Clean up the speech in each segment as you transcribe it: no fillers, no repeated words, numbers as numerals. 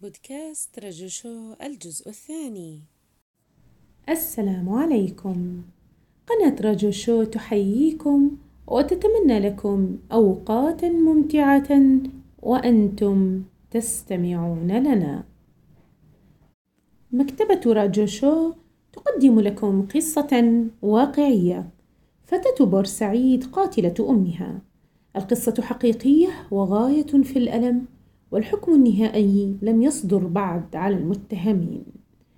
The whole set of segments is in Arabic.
بودكاست رجو شو الجزء الثاني. السلام عليكم. قناة رجو شو تحييكم وتتمنى لكم أوقات ممتعة وأنتم تستمعون لنا. مكتبة رجو شو تقدم لكم قصة واقعية. فتاة بورسعيد قاتلة أمها. القصة حقيقية وغاية في الألم، والحكم النهائي لم يصدر بعد على المتهمين.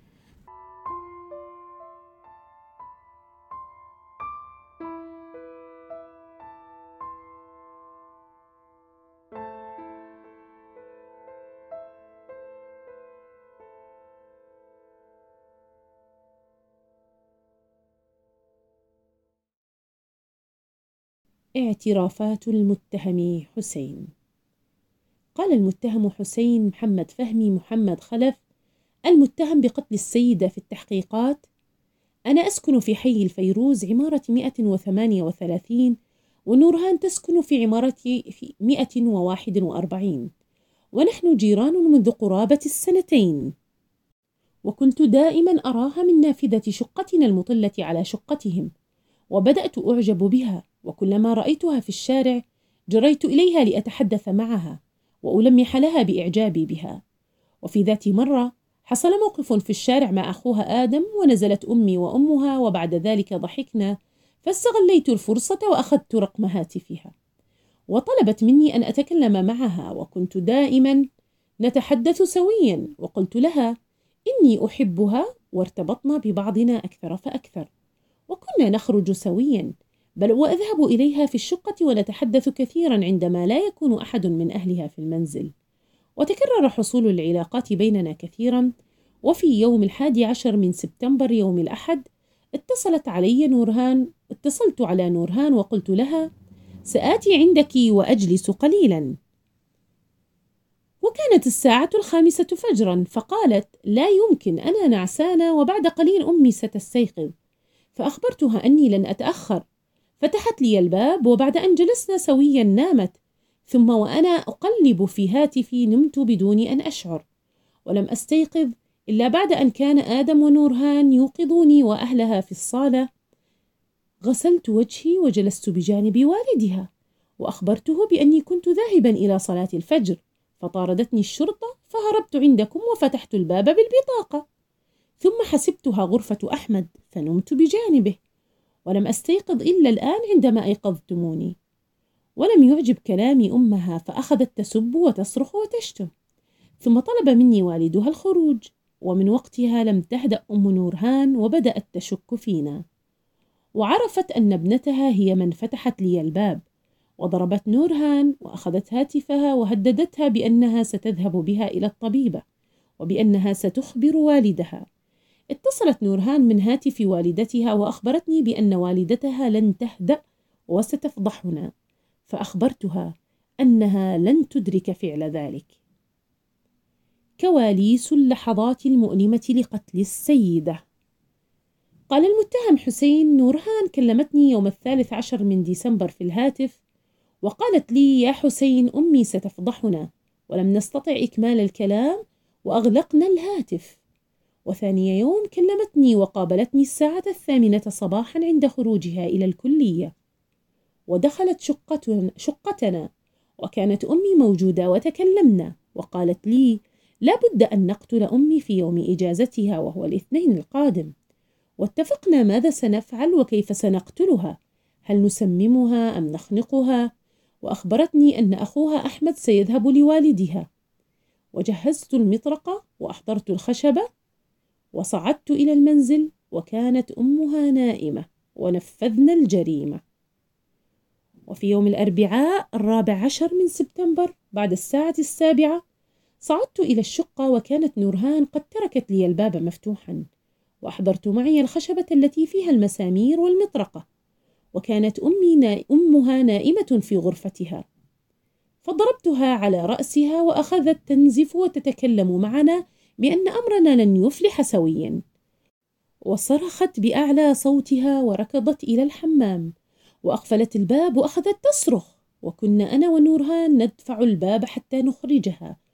اعترافات المتهم حسين. قال المتهم حسين محمد فهمي محمد خلف المتهم بقتل السيدة في التحقيقات: أنا أسكن في حي الفيروز عمارة 138، ونورهان تسكن في عمارة 141، ونحن جيران منذ قرابة السنتين، وكنت دائما أراها من نافذة شقتنا المطلة على شقتهم، وبدأت أعجب بها، وكلما رأيتها في الشارع جريت إليها لأتحدث معها وألمح لها بإعجابي بها. وفي ذات مرة حصل موقف في الشارع مع أخوها آدم، ونزلت أمي وأمها، وبعد ذلك ضحكنا، فاستغليت الفرصة وأخذت رقم هاتفها، وطلبت مني أن أتكلم معها، وكنت دائما نتحدث سويا، وقلت لها إني أحبها، وارتبطنا ببعضنا أكثر فأكثر، وكنا نخرج سويا، بل وأذهب إليها في الشقة ونتحدث كثيرا عندما لا يكون أحد من أهلها في المنزل. وتكرر حصول العلاقات بيننا كثيرا. وفي يوم 11 من سبتمبر يوم الأحد اتصلت على نورهان وقلت لها: سآتي عندك وأجلس قليلا. وكانت الساعة 5 فجرا، فقالت: لا يمكن، أنا نعسانة وبعد قليل أمي ستستيقظ. فأخبرتها أني لن أتأخر، فتحت لي الباب، وبعد أن جلسنا سويا نامت، ثم وأنا أقلب في هاتفي نمت بدون أن أشعر، ولم أستيقظ إلا بعد أن كان آدم ونورهان يوقظوني وأهلها في الصالة. غسلت وجهي وجلست بجانب والدها، وأخبرته بأني كنت ذاهبا إلى صلاة الفجر، فطاردتني الشرطة، فهربت عندكم وفتحت الباب بالبطاقة، ثم حسبتها غرفة أحمد فنمت بجانبه، ولم أستيقظ إلا الآن عندما أيقظتموني. ولم يعجب كلامي أمها، فأخذت تسب وتصرخ وتشتم، ثم طلب مني والدها الخروج، ومن وقتها لم تهدأ أم نورهان، وبدأت تشك فينا، وعرفت أن ابنتها هي من فتحت لي الباب، وضربت نورهان وأخذت هاتفها وهددتها بأنها ستذهب بها إلى الطبيبة، وبأنها ستخبر والدها. اتصلت نورهان من هاتف والدتها وأخبرتني بأن والدتها لن تهدأ وستفضحنا، فأخبرتها أنها لن تدرك فعل ذلك. كواليس اللحظات المؤلمة لقتل السيدة. قال المتهم حسين: نورهان كلمتني يوم 13 من ديسمبر في الهاتف، وقالت لي: يا حسين، أمي ستفضحنا، ولم نستطع إكمال الكلام وأغلقنا الهاتف. وثاني يوم كلمتني وقابلتني الساعة 8 صباحا عند خروجها إلى الكلية، ودخلت شقتنا، وكانت أمي موجودة، وتكلمنا، وقالت لي: لا بد أن نقتل أمي في يوم إجازتها وهو الاثنين القادم، واتفقنا ماذا سنفعل وكيف سنقتلها، هل نسممها أم نخنقها، وأخبرتني أن أخوها أحمد سيذهب لوالدها، وجهزت المطرقة وأحضرت الخشبة، وصعدت إلى المنزل، وكانت أمها نائمة، ونفذنا الجريمة. وفي يوم الأربعاء 14 من سبتمبر بعد الساعة 7 صعدت إلى الشقة، وكانت نورهان قد تركت لي الباب مفتوحا، وأحضرت معي الخشبة التي فيها المسامير والمطرقة، وكانت أمها نائمة في غرفتها، فضربتها على رأسها، وأخذت تنزف وتتكلم معنا بأن أمرنا لن يفلح سويا، وصرخت بأعلى صوتها وركضت إلى الحمام، وأقفلت الباب وأخذت تصرخ، وكنا أنا ونورهان ندفع الباب حتى نخرجها،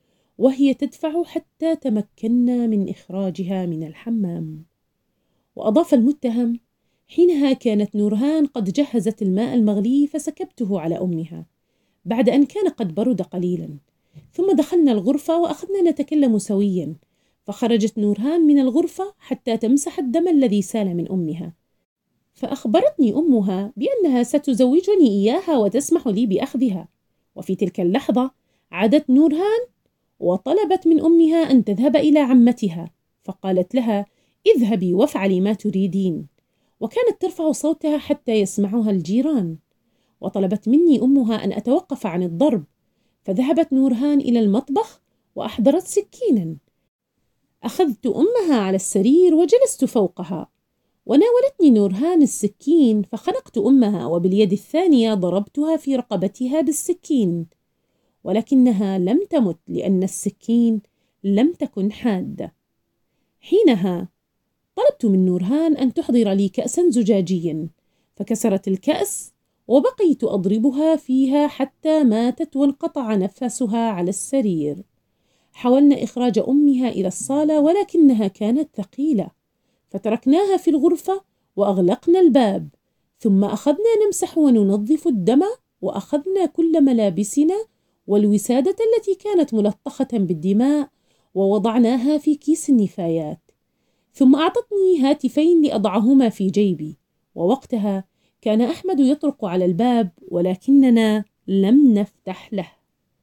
وهي تدفع حتى تمكنا من إخراجها من الحمام. وأضاف المتهم: حينها كانت نورهان قد جهزت الماء المغلي فسكبته على أمها بعد أن كان قد برد قليلا، ثم دخلنا الغرفة وأخذنا نتكلم سويا، فخرجت نورهان من الغرفة حتى تمسح الدم الذي سال من أمها، فأخبرتني أمها بأنها ستزوجني إياها وتسمح لي بأخذها. وفي تلك اللحظة عادت نورهان وطلبت من أمها أن تذهب إلى عمتها، فقالت لها: اذهبي وافعلي ما تريدين، وكانت ترفع صوتها حتى يسمعها الجيران. وطلبت مني أمها أن أتوقف عن الضرب، فذهبت نورهان إلى المطبخ وأحضرت سكينا. أخذت أمها على السرير وجلست فوقها، وناولتني نورهان السكين فخنقت أمها، وباليد الثانية ضربتها في رقبتها بالسكين، ولكنها لم تمت لأن السكين لم تكن حادة. حينها طلبت من نورهان أن تحضر لي كأسا زجاجيا، فكسرت الكأس وبقيت أضربها فيها حتى ماتت وانقطع نفسها على السرير. حاولنا إخراج أمها إلى الصالة ولكنها كانت ثقيلة، فتركناها في الغرفة وأغلقنا الباب، ثم أخذنا نمسح وننظف الدم، وأخذنا كل ملابسنا والوسادة التي كانت ملطخة بالدماء ووضعناها في كيس النفايات، ثم أعطتني هاتفين لأضعهما في جيبي. ووقتها كان أحمد يطرق على الباب ولكننا لم نفتح له.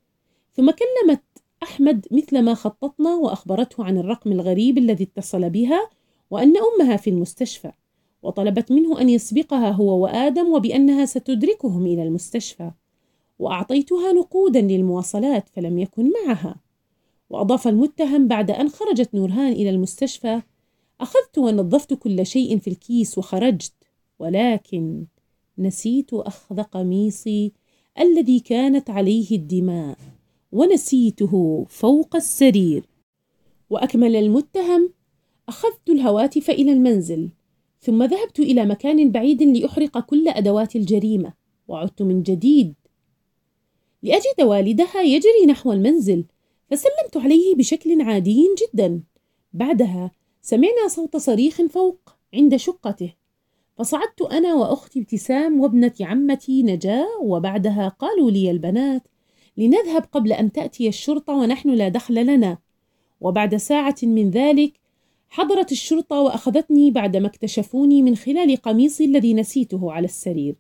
ثم كلمت أحمد مثل ما خططنا وأخبرته عن الرقم الغريب الذي اتصل بها وأن أمها في المستشفى، وطلبت منه أن يسبقها هو وآدم وبأنها ستدركهم إلى المستشفى، وأعطيتها نقودا للمواصلات فلم يكن معها. وأضاف المتهم: بعد أن خرجت نورهان إلى المستشفى أخذت ونظفت كل شيء في الكيس وخرجت، ولكن نسيت أخذ قميصي الذي كانت عليه الدماء، ونسيته فوق السرير. وأكمل المتهم: أخذت الهواتف إلى المنزل، ثم ذهبت إلى مكان بعيد لأحرق كل أدوات الجريمة، وعدت من جديد لأجد والدها يجري نحو المنزل، فسلمت عليه بشكل عادي جدا. بعدها سمعنا صوت صريخ فوق عند شقته، فصعدت أنا وأختي ابتسام وابنة عمتي نجاة، وبعدها قالوا لي البنات لنذهب قبل أن تأتي الشرطة ونحن لا دخل لنا. وبعد ساعة من ذلك حضرت الشرطة وأخذتني بعدما اكتشفوني من خلال قميصي الذي نسيته على السرير.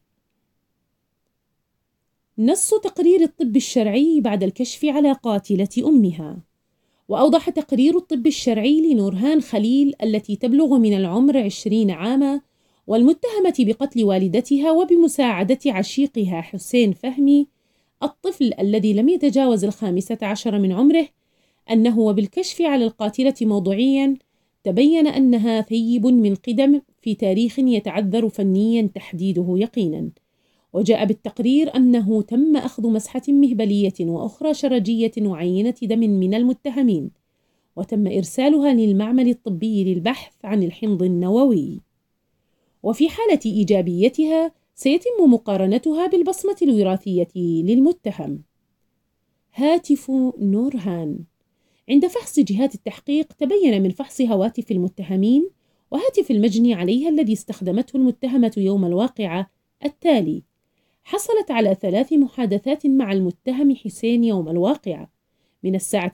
نص تقرير الطب الشرعي بعد الكشف على قاتلة أمها. وأوضح تقرير الطب الشرعي لنورهان خليل التي تبلغ من العمر 20 عاما والمتهمة بقتل والدتها وبمساعدة عشيقها حسين فهمي الطفل الذي لم يتجاوز 15 من عمره، أنه وبالكشف على القاتلة موضوعيا تبين أنها ثيب من قدم في تاريخ يتعذر فنيا تحديده يقينا. وجاء بالتقرير أنه تم أخذ مسحة مهبلية وأخرى شرجية وعينة دم من المتهمين، وتم إرسالها للمعمل الطبي للبحث عن الحمض النووي، وفي حالة إيجابيتها سيتم مقارنتها بالبصمة الوراثية للمتهم. هاتف نورهان. عند فحص جهات التحقيق تبين من فحص هواتف المتهمين وهاتف المجني عليها الذي استخدمته المتهمة يوم الواقعة التالي: حصلت على 3 محادثات مع المتهم حسين يوم الواقعة من الساعة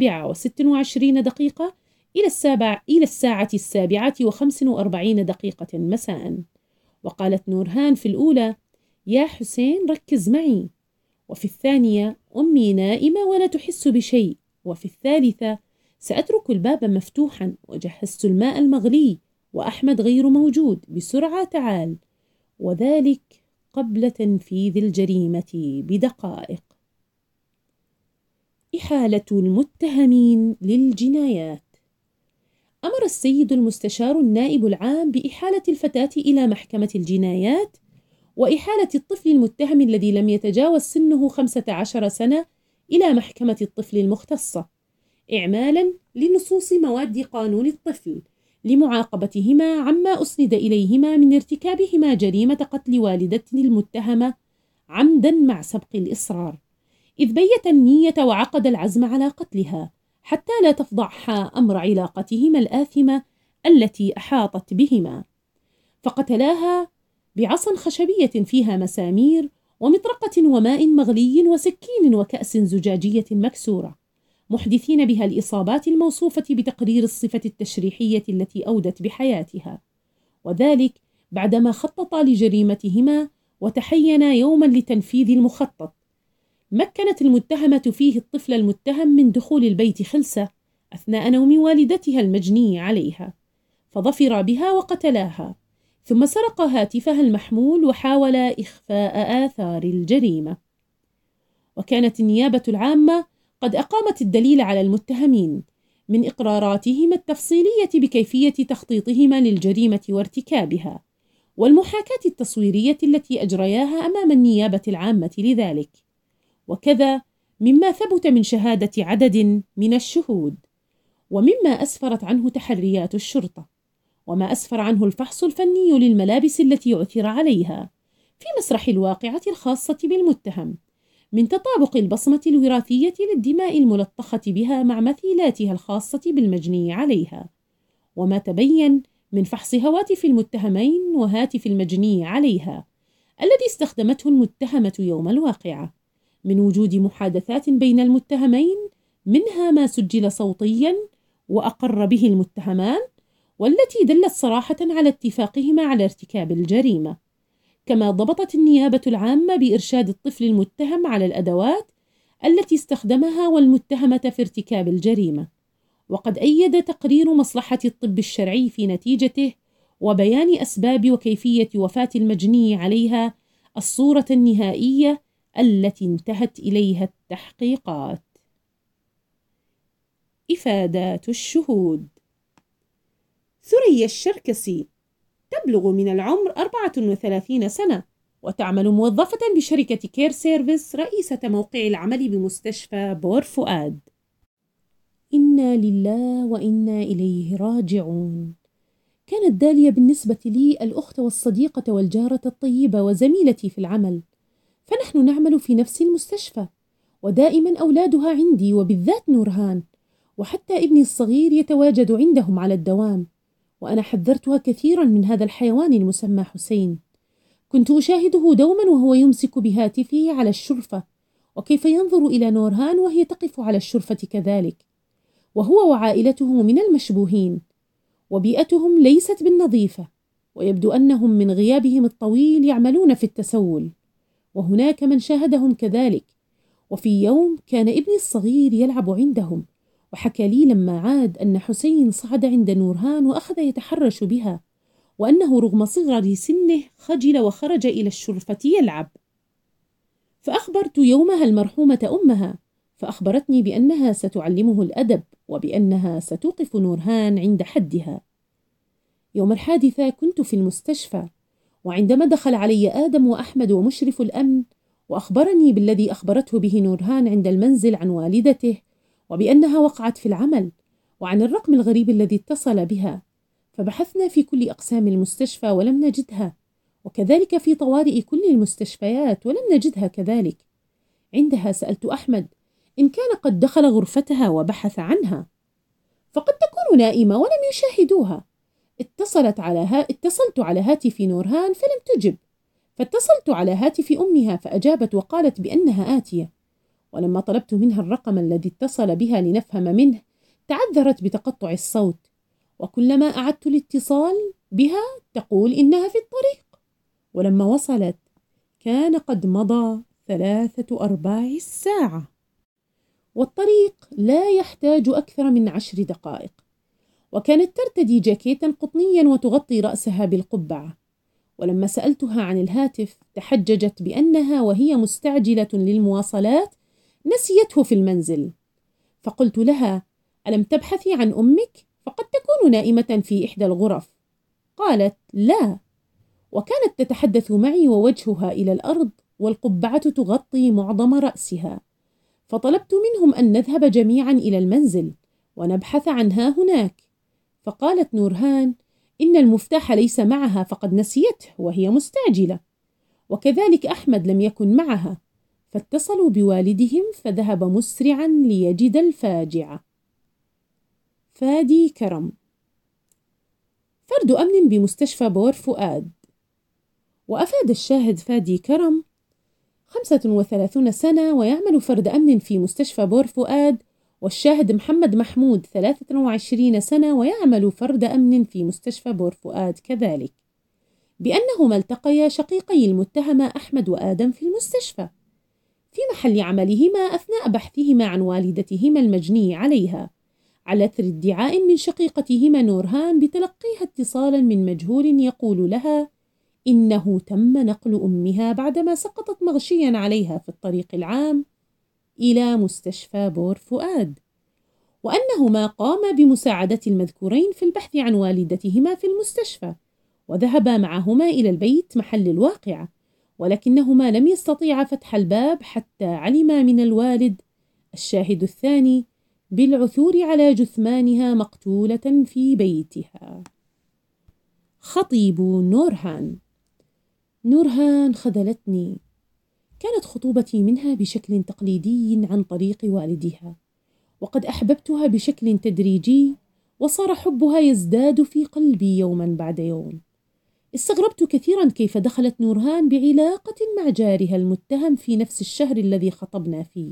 7:26 إلى الساعة 7:45 مساء. وقالت نورهان في الأولى: يا حسين ركز معي، وفي الثانية: أمي نائمة ولا تحس بشيء، وفي الثالثة: سأترك الباب مفتوحا وجهزت الماء المغلي وأحمد غير موجود، بسرعة تعال، وذلك قبل تنفيذ الجريمة بدقائق. إحالة المتهمين للجنايات. أمر السيد المستشار النائب العام بإحالة الفتاة إلى محكمة الجنايات، وإحالة الطفل المتهم الذي لم يتجاوز سنه 15 سنة إلى محكمة الطفل المختصة، إعمالا لنصوص مواد قانون الطفل لمعاقبتهما عما أسند إليهما من ارتكابهما جريمة قتل والدة المتهمة عمدا مع سبق الإصرار، إذ بيت النية وعقد العزم على قتلها، حتى لا تفضحها أمر علاقتهما الآثمة التي أحاطت بهما، فقتلاها بعصا خشبية فيها مسامير ومطرقة وماء مغلي وسكين وكأس زجاجية مكسورة، محدثين بها الإصابات الموصوفة بتقرير الصفة التشريحية التي أودت بحياتها، وذلك بعدما خططا لجريمتهما وتحينا يوما لتنفيذ المخطط. مكنت المتهمة فيه الطفل المتهم من دخول البيت خلسة أثناء نوم والدتها المجني عليها، فظفر بها وقتلاها، ثم سرق هاتفها المحمول وحاول إخفاء آثار الجريمة. وكانت النيابة العامة قد أقامت الدليل على المتهمين من إقراراتهما التفصيلية بكيفية تخطيطهما للجريمة وارتكابها، والمحاكاة التصويرية التي أجرياها أمام النيابة العامة لذلك، وكذا مما ثبت من شهادة عدد من الشهود، ومما أسفرت عنه تحريات الشرطة، وما أسفر عنه الفحص الفني للملابس التي عثر عليها في مسرح الواقعة الخاصة بالمتهم من تطابق البصمة الوراثية للدماء الملطخة بها مع مثيلاتها الخاصة بالمجني عليها، وما تبين من فحص هواتف المتهمين وهاتف المجني عليها الذي استخدمته المتهمة يوم الواقعة من وجود محادثات بين المتهمين، منها ما سجل صوتيا وأقر به المتهمان، والتي دلت صراحة على اتفاقهما على ارتكاب الجريمة. كما ضبطت النيابة العامة بإرشاد الطفل المتهم على الأدوات التي استخدمها والمتهمة في ارتكاب الجريمة، وقد أيد تقرير مصلحة الطب الشرعي في نتيجته وبيان أسباب وكيفية وفاة المجني عليها الصورة النهائية التي انتهت إليها التحقيقات. إفادات الشهود: ثريا الشركسي تبلغ من العمر 34 سنة، وتعمل موظفة بشركة كير سيرفيس رئيسة موقع العمل بمستشفى بور فؤاد. إنا لله وإنا إليه راجعون. كانت داليا بالنسبة لي الأخت والصديقة والجارة الطيبة وزميلتي في العمل، فنحن نعمل في نفس المستشفى، ودائما أولادها عندي وبالذات نورهان، وحتى ابني الصغير يتواجد عندهم على الدوام، وأنا حذرتها كثيرا من هذا الحيوان المسمى حسين. كنت أشاهده دوما وهو يمسك بهاتفه على الشرفة، وكيف ينظر إلى نورهان وهي تقف على الشرفة كذلك، وهو وعائلته من المشبوهين، وبيئتهم ليست بالنظيفة، ويبدو أنهم من غيابهم الطويل يعملون في التسول، وهناك من شاهدهم كذلك. وفي يوم كان ابني الصغير يلعب عندهم، وحكى لي لما عاد أن حسين صعد عند نورهان وأخذ يتحرش بها، وأنه رغم صغر سنه خجل وخرج إلى الشرفة يلعب. فأخبرت يومها المرحومة أمها، فأخبرتني بأنها ستعلمه الأدب، وبأنها ستوقف نورهان عند حدها. يوم الحادثة كنت في المستشفى، وعندما دخل علي آدم وأحمد ومشرف الأمن وأخبرني بالذي أخبرته به نورهان عند المنزل عن والدته، وبأنها وقعت في العمل، وعن الرقم الغريب الذي اتصل بها، فبحثنا في كل أقسام المستشفى ولم نجدها، وكذلك في طوارئ كل المستشفيات ولم نجدها كذلك. عندها سألت أحمد إن كان قد دخل غرفتها وبحث عنها، فقد تكون نائمة ولم يشاهدوها. اتصلت على هاتف نورهان فلم تجب، فاتصلت على هاتف أمها فأجابت وقالت بأنها آتية، ولما طلبت منها الرقم الذي اتصل بها لنفهم منه تعذرت بتقطع الصوت، وكلما أعدت الاتصال بها تقول إنها في الطريق، ولما وصلت كان قد مضى 3/4 الساعة، والطريق لا يحتاج أكثر من 10 دقائق. وكانت ترتدي جاكيتا قطنيا وتغطي رأسها بالقبعة، ولما سألتها عن الهاتف تحججت بأنها وهي مستعجلة للمواصلات نسيته في المنزل، فقلت لها ألم تبحثي عن أمك؟ فقد تكون نائمة في إحدى الغرف. قالت لا، وكانت تتحدث معي ووجهها إلى الأرض والقبعة تغطي معظم رأسها، فطلبت منهم أن نذهب جميعا إلى المنزل ونبحث عنها هناك، فقالت نورهان إن المفتاح ليس معها فقد نسيته وهي مستعجلة، وكذلك أحمد لم يكن معها، فاتصلوا بوالدهم فذهب مسرعا ليجد الفاجعة. فادي كرم. فرد أمن بمستشفى بور فؤاد. وأفاد الشاهد فادي كرم 35 سنة ويعمل فرد أمن في مستشفى بور فؤاد، والشاهد محمد محمود 23 سنة ويعمل فرد أمن في مستشفى بور فؤاد كذلك، بأنهما التقيا شقيقي المتهمة أحمد وآدم في المستشفى في محل عملهما أثناء بحثهما عن والدتهما المجني عليها، على أثر ادعاء من شقيقتهما نورهان بتلقيها اتصالا من مجهول يقول لها إنه تم نقل أمها بعدما سقطت مغشيا عليها في الطريق العام إلى مستشفى بور فؤاد، وأنهما قاما بمساعدة المذكورين في البحث عن والدتهما في المستشفى، وذهبا معهما إلى البيت محل الواقعة، ولكنهما لم يستطيعا فتح الباب حتى علما من الوالد الشاهد الثاني بالعثور على جثمانها مقتولة في بيتها. خطيب نورهان. نورهان خذلتني. كانت خطوبتي منها بشكل تقليدي عن طريق والدها، وقد أحببتها بشكل تدريجي، وصار حبها يزداد في قلبي يوما بعد يوم. استغربت كثيرا كيف دخلت نورهان بعلاقة مع جارها المتهم في نفس الشهر الذي خطبنا فيه،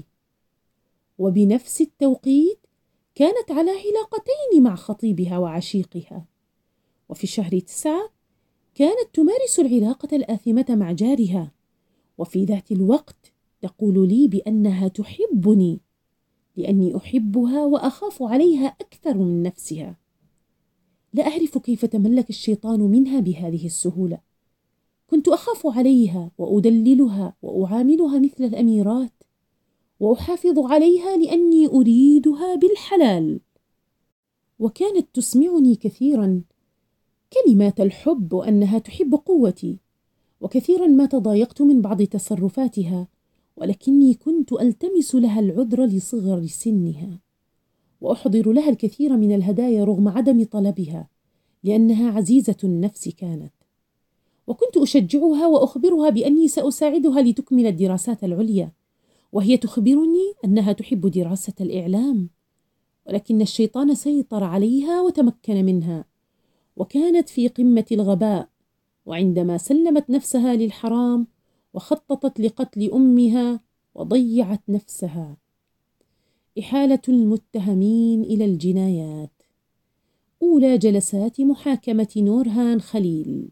وبنفس التوقيت كانت على علاقتين مع خطيبها وعشيقها. وفي شهر 9 كانت تمارس العلاقة الآثمة مع جارها، وفي ذات الوقت تقول لي بأنها تحبني لأني أحبها وأخاف عليها أكثر من نفسها. لا أعرف كيف تملك الشيطان منها بهذه السهولة. كنت أخاف عليها وأدللها وأعاملها مثل الأميرات، وأحافظ عليها لأني أريدها بالحلال. وكانت تسمعني كثيرا كلمات الحب وأنها تحب قوتي، وكثيرا ما تضايقت من بعض تصرفاتها، ولكني كنت ألتمس لها العذر لصغر سنها، وأحضر لها الكثير من الهدايا رغم عدم طلبها لأنها عزيزة النفس كانت. وكنت أشجعها وأخبرها بأني سأساعدها لتكمل الدراسات العليا، وهي تخبرني أنها تحب دراسة الإعلام، ولكن الشيطان سيطر عليها وتمكن منها، وكانت في قمة الغباء، وعندما سلمت نفسها للحرام وخططت لقتل أمها وضيعت نفسها. إحالة المتهمين إلى الجنايات. أولى جلسات محاكمة نورهان خليل.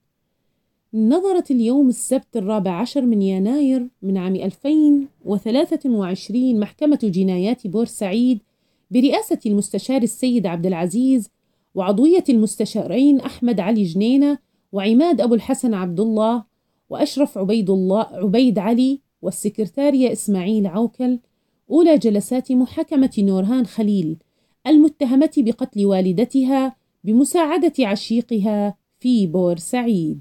نظرت اليوم السبت 14 من يناير من عام 2023 محكمة جنايات بورسعيد برئاسة المستشار السيد عبد العزيز وعضوية المستشارين أحمد علي جنينة وعماد أبو الحسن عبد الله وأشرف عبيد علي والسكرتارية إسماعيل عوكل، أولى جلسات محاكمة نورهان خليل المتهمة بقتل والدتها بمساعدة عشيقها في بورسعيد.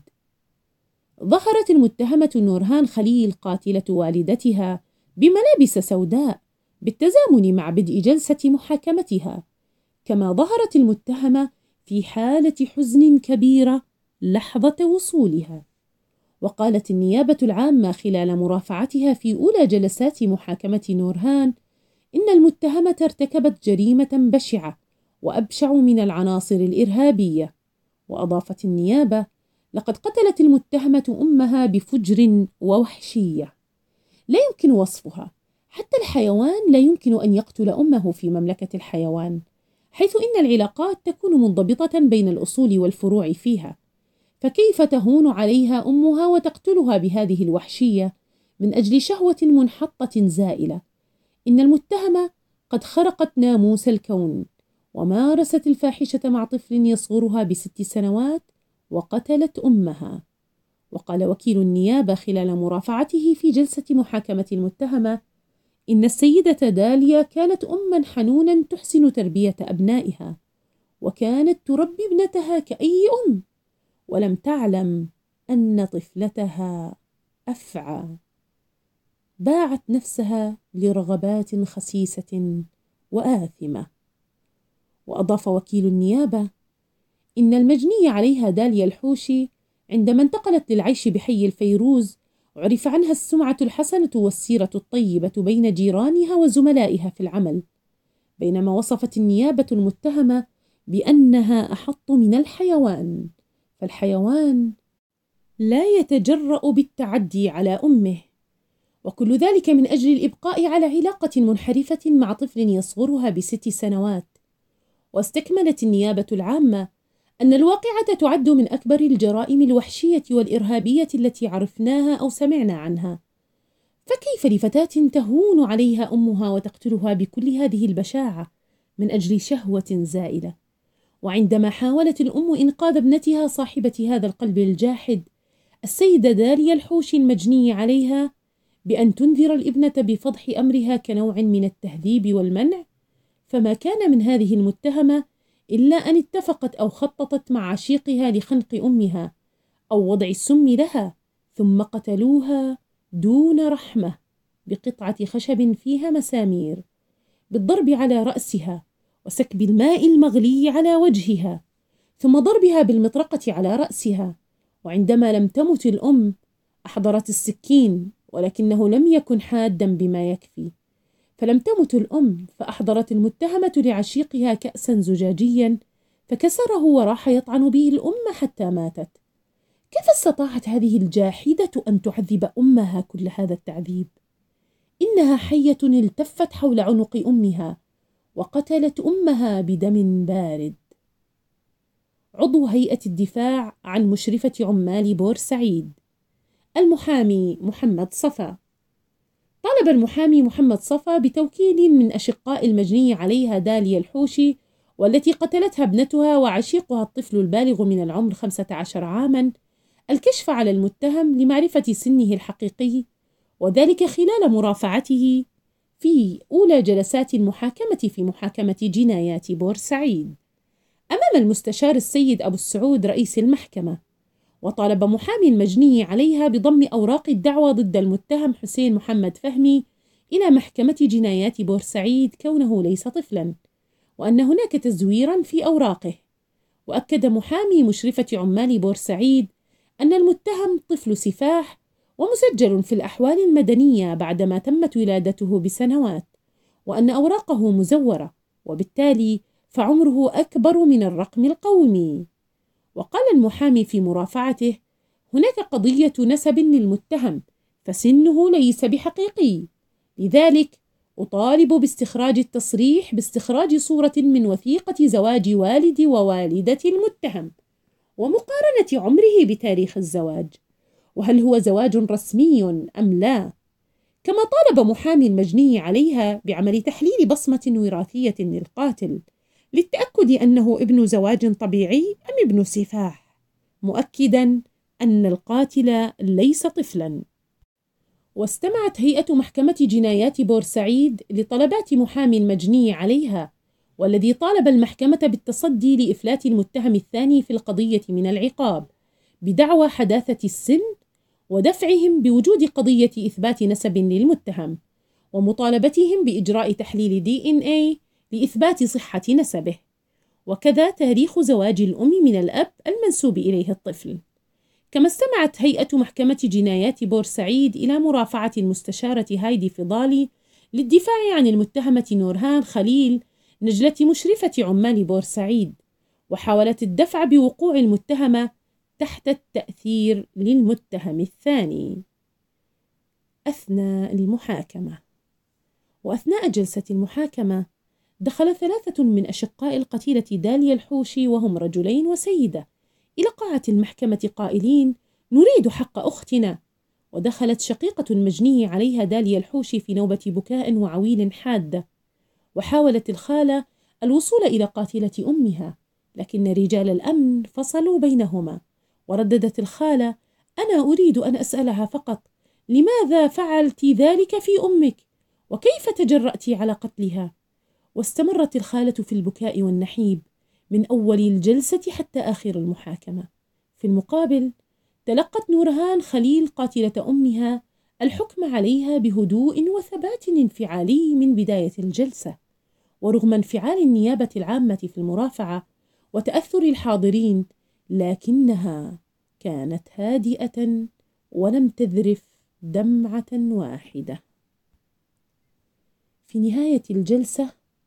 ظهرت المتهمة نورهان خليل قاتلة والدتها بملابس سوداء بالتزامن مع بدء جلسة محاكمتها، كما ظهرت المتهمة في حالة حزن كبيرة لحظة وصولها. وقالت النيابة العامة خلال مرافعتها في أولى جلسات محاكمة نورهان إن المتهمة ارتكبت جريمة بشعة وأبشع من العناصر الإرهابية. وأضافت النيابة: لقد قتلت المتهمة أمها بفجر ووحشية لا يمكن وصفها، حتى الحيوان لا يمكن أن يقتل أمه في مملكة الحيوان، حيث إن العلاقات تكون منضبطة بين الأصول والفروع فيها، فكيف تهون عليها أمها وتقتلها بهذه الوحشية من أجل شهوة منحطة زائلة؟ إن المتهمة قد خرقت ناموس الكون ومارست الفاحشة مع طفل يصغرها ب6 سنوات وقتلت أمها. وقال وكيل النيابة خلال مرافعته في جلسة محاكمة المتهمة إن السيدة داليا كانت أمًا حنونًا تحسن تربية أبنائها، وكانت تربي ابنتها كأي أم، ولم تعلم أن طفلتها أفعى. باعت نفسها لرغبات خسيسة وآثمة. وأضاف وكيل النيابة إن المجني عليها داليا الحوشي عندما انتقلت للعيش بحي الفيروز عرف عنها السمعة الحسنة والسيرة الطيبة بين جيرانها وزملائها في العمل، بينما وصفت النيابة المتهمة بأنها أحط من الحيوان، فالحيوان لا يتجرأ بالتعدي على أمه، وكل ذلك من أجل الإبقاء على علاقة منحرفة مع طفل يصغرها ب6 سنوات. واستكملت النيابة العامة أن الواقعة تعد من أكبر الجرائم الوحشية والإرهابية التي عرفناها أو سمعنا عنها، فكيف لفتاة تهون عليها أمها وتقتلها بكل هذه البشاعة من أجل شهوة زائلة؟ وعندما حاولت الأم إنقاذ ابنتها صاحبة هذا القلب الجاحد السيدة داليا الحوشي المجني عليها بأن تنذر الابنة بفضح أمرها كنوع من التهذيب والمنع، فما كان من هذه المتهمة إلا أن اتفقت أو خططت مع عشيقها لخنق أمها أو وضع السم لها، ثم قتلوها دون رحمة بقطعة خشب فيها مسامير، بالضرب على رأسها وسكب الماء المغلي على وجهها، ثم ضربها بالمطرقة على رأسها. وعندما لم تمت الأم أحضرت السكين، ولكنه لم يكن حادا بما يكفي، فلم تمت الأم فأحضرت المتهمة لعشيقها كأسا زجاجيا فكسره وراح يطعن به الأم حتى ماتت. كيف استطاعت هذه الجاحدة أن تعذب أمها كل هذا التعذيب؟ إنها حية التفت حول عنق أمها وقتلت أمها بدم بارد. عضو هيئة الدفاع عن مشرفة عمال بورسعيد المحامي محمد صفا. طالب المحامي محمد صفا بتوكيل من أشقاء المجني عليها داليا الحوشي والتي قتلتها ابنتها وعشيقها الطفل البالغ من العمر 15 عاما الكشف على المتهم لمعرفة سنه الحقيقي، وذلك خلال مرافعته في أولى جلسات المحاكمة في محاكمة جنايات بورسعيد أمام المستشار السيد أبو السعود رئيس المحكمة. وطالب محامي المجني عليها بضم أوراق الدعوى ضد المتهم حسين محمد فهمي إلى محكمة جنايات بورسعيد كونه ليس طفلا، وأن هناك تزويرا في أوراقه. وأكد محامي مشرفة عمال بورسعيد أن المتهم طفل سفاح ومسجل في الأحوال المدنية بعدما تمت ولادته بسنوات، وأن أوراقه مزورة وبالتالي فعمره أكبر من الرقم القومي. وقال المحامي في مرافعته: هناك قضية نسب للمتهم فسنه ليس بحقيقي، لذلك أطالب باستخراج التصريح باستخراج صورة من وثيقة زواج والد ووالدة المتهم ومقارنة عمره بتاريخ الزواج، وهل هو زواج رسمي أم لا، كما طالب محامي المجني عليها بعمل تحليل بصمة وراثية للقاتل للتأكد أنه ابن زواج طبيعي أم ابن سفاح، مؤكدا أن القاتل ليس طفلا. واستمعت هيئة محكمة جنايات بورسعيد لطلبات محامي المجني عليها، والذي طالب المحكمة بالتصدي لإفلات المتهم الثاني في القضية من العقاب بدعوى حداثة السن، ودفعهم بوجود قضية إثبات نسب للمتهم، ومطالبتهم بإجراء تحليل DNA لإثبات صحة نسبه، وكذا تاريخ زواج الأم من الأب المنسوب إليه الطفل. كما استمعت هيئة محكمة جنايات بورسعيد إلى مرافعة المستشارة هايدي فضالي للدفاع عن المتهمة نورهان خليل نجلة مشرفة عمال بورسعيد، وحاولت الدفع بوقوع المتهمة تحت التأثير للمتهم الثاني. أثناء المحاكمة. وأثناء جلسة المحاكمة دخل 3 من أشقاء القتيلة داليا الحوشي وهم رجلين وسيدة إلى قاعة المحكمة قائلين: نريد حق أختنا. ودخلت شقيقة المجني عليها داليا الحوشي في نوبة بكاء وعويل حادة، وحاولت الخالة الوصول إلى قاتلة أمها، لكن رجال الأمن فصلوا بينهما. ورددت الخالة: أنا أريد أن أسألها فقط، لماذا فعلت ذلك في أمك؟ وكيف تجرأت على قتلها؟ واستمرت الخالة في البكاء والنحيب من أول الجلسة حتى آخر المحاكمة. في المقابل تلقت نورهان خليل قاتلة أمها الحكم عليها بهدوء وثبات انفعالي من بداية الجلسة، ورغم انفعال النيابة العامة في المرافعة وتأثر الحاضرين، لكنها كانت هادئة ولم تذرف دمعة واحدة. في نهاية الجلسة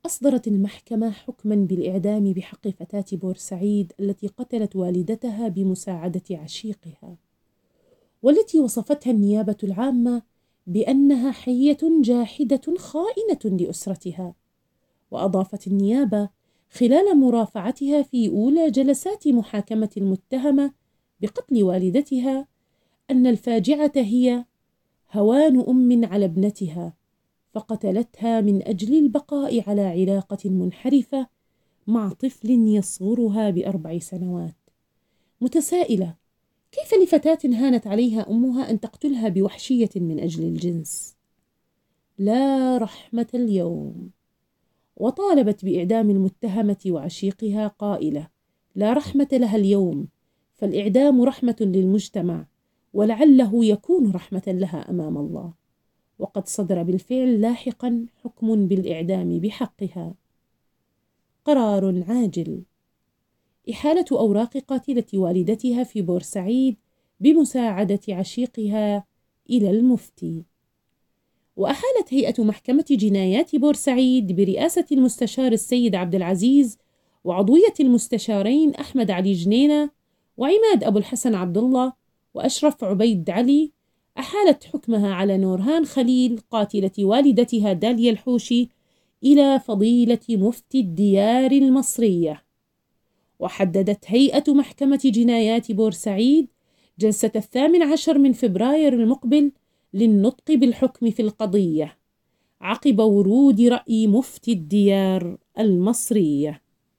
أصدرت المحكمة حكما بالإعدام بحق فتاة بورسعيد التي قتلت والدتها بمساعدة عشيقها، والتي وصفتها النيابة العامة بأنها حية جاحدة خائنة لأسرتها. وأضافت النيابة خلال مرافعتها في أولى جلسات محاكمة المتهمة بقتل والدتها أن الفاجعة هي هوان أم على ابنتها، فقتلتها من أجل البقاء على علاقة منحرفة مع طفل يصغرها ب4 سنوات. متسائلة: كيف لفتاة هانت عليها أمها أن تقتلها بوحشية من أجل الجنس؟ لا رحمة اليوم. وطالبت بإعدام المتهمة وعشيقها قائلة: لا رحمة لها اليوم، فالإعدام رحمة للمجتمع، ولعله يكون رحمة لها أمام الله. وقد صدر بالفعل لاحقا حكم بالإعدام بحقها. قرار عاجل: إحالة أوراق قاتلة والدتها في بورسعيد بمساعدة عشيقها إلى المفتي. وأحالت هيئة محكمة جنايات بورسعيد برئاسة المستشار السيد عبد العزيز وعضوية المستشارين أحمد علي جنينة وعماد أبو الحسن عبد الله وأشرف عبيد علي، أحالت حكمها على نورهان خليل قاتلة والدتها داليا الحوشي إلى فضيلة مفتي الديار المصرية. وحددت هيئة محكمة جنايات بورسعيد جلسة 18 من فبراير المقبل للنطق بالحكم في القضية عقب ورود رأي مفتي الديار المصرية.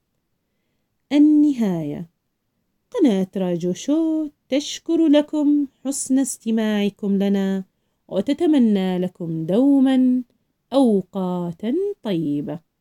النهاية. قناة راجو شو تشكر لكم حسن استماعكم لنا وتتمنى لكم دوما أوقاتا طيبة.